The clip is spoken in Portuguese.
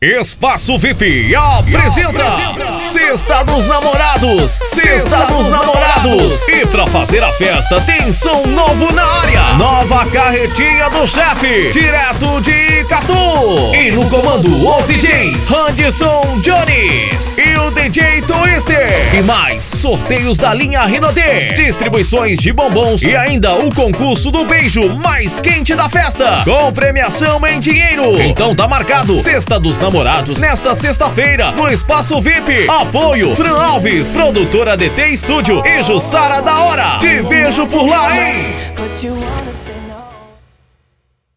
Espaço VIP apresenta Sexta dos Namorados. Sexta dos Namorados. E pra fazer a festa tem som novo na área. Nova carretinha do chefe, direto de Icatu. E no comando os DJs Anderson Jones e o DJ Twister. E mais sorteios da linha Rinode, distribuições de bombons e ainda o concurso do beijo mais quente da festa, com premiação em dinheiro. Então tá marcado, Sexta dos Namorados, nesta sexta-feira, no Espaço VIP. Apoio Fran Alves, produtora DT Estúdio e Jussara da Hora. Te vejo por lá, hein?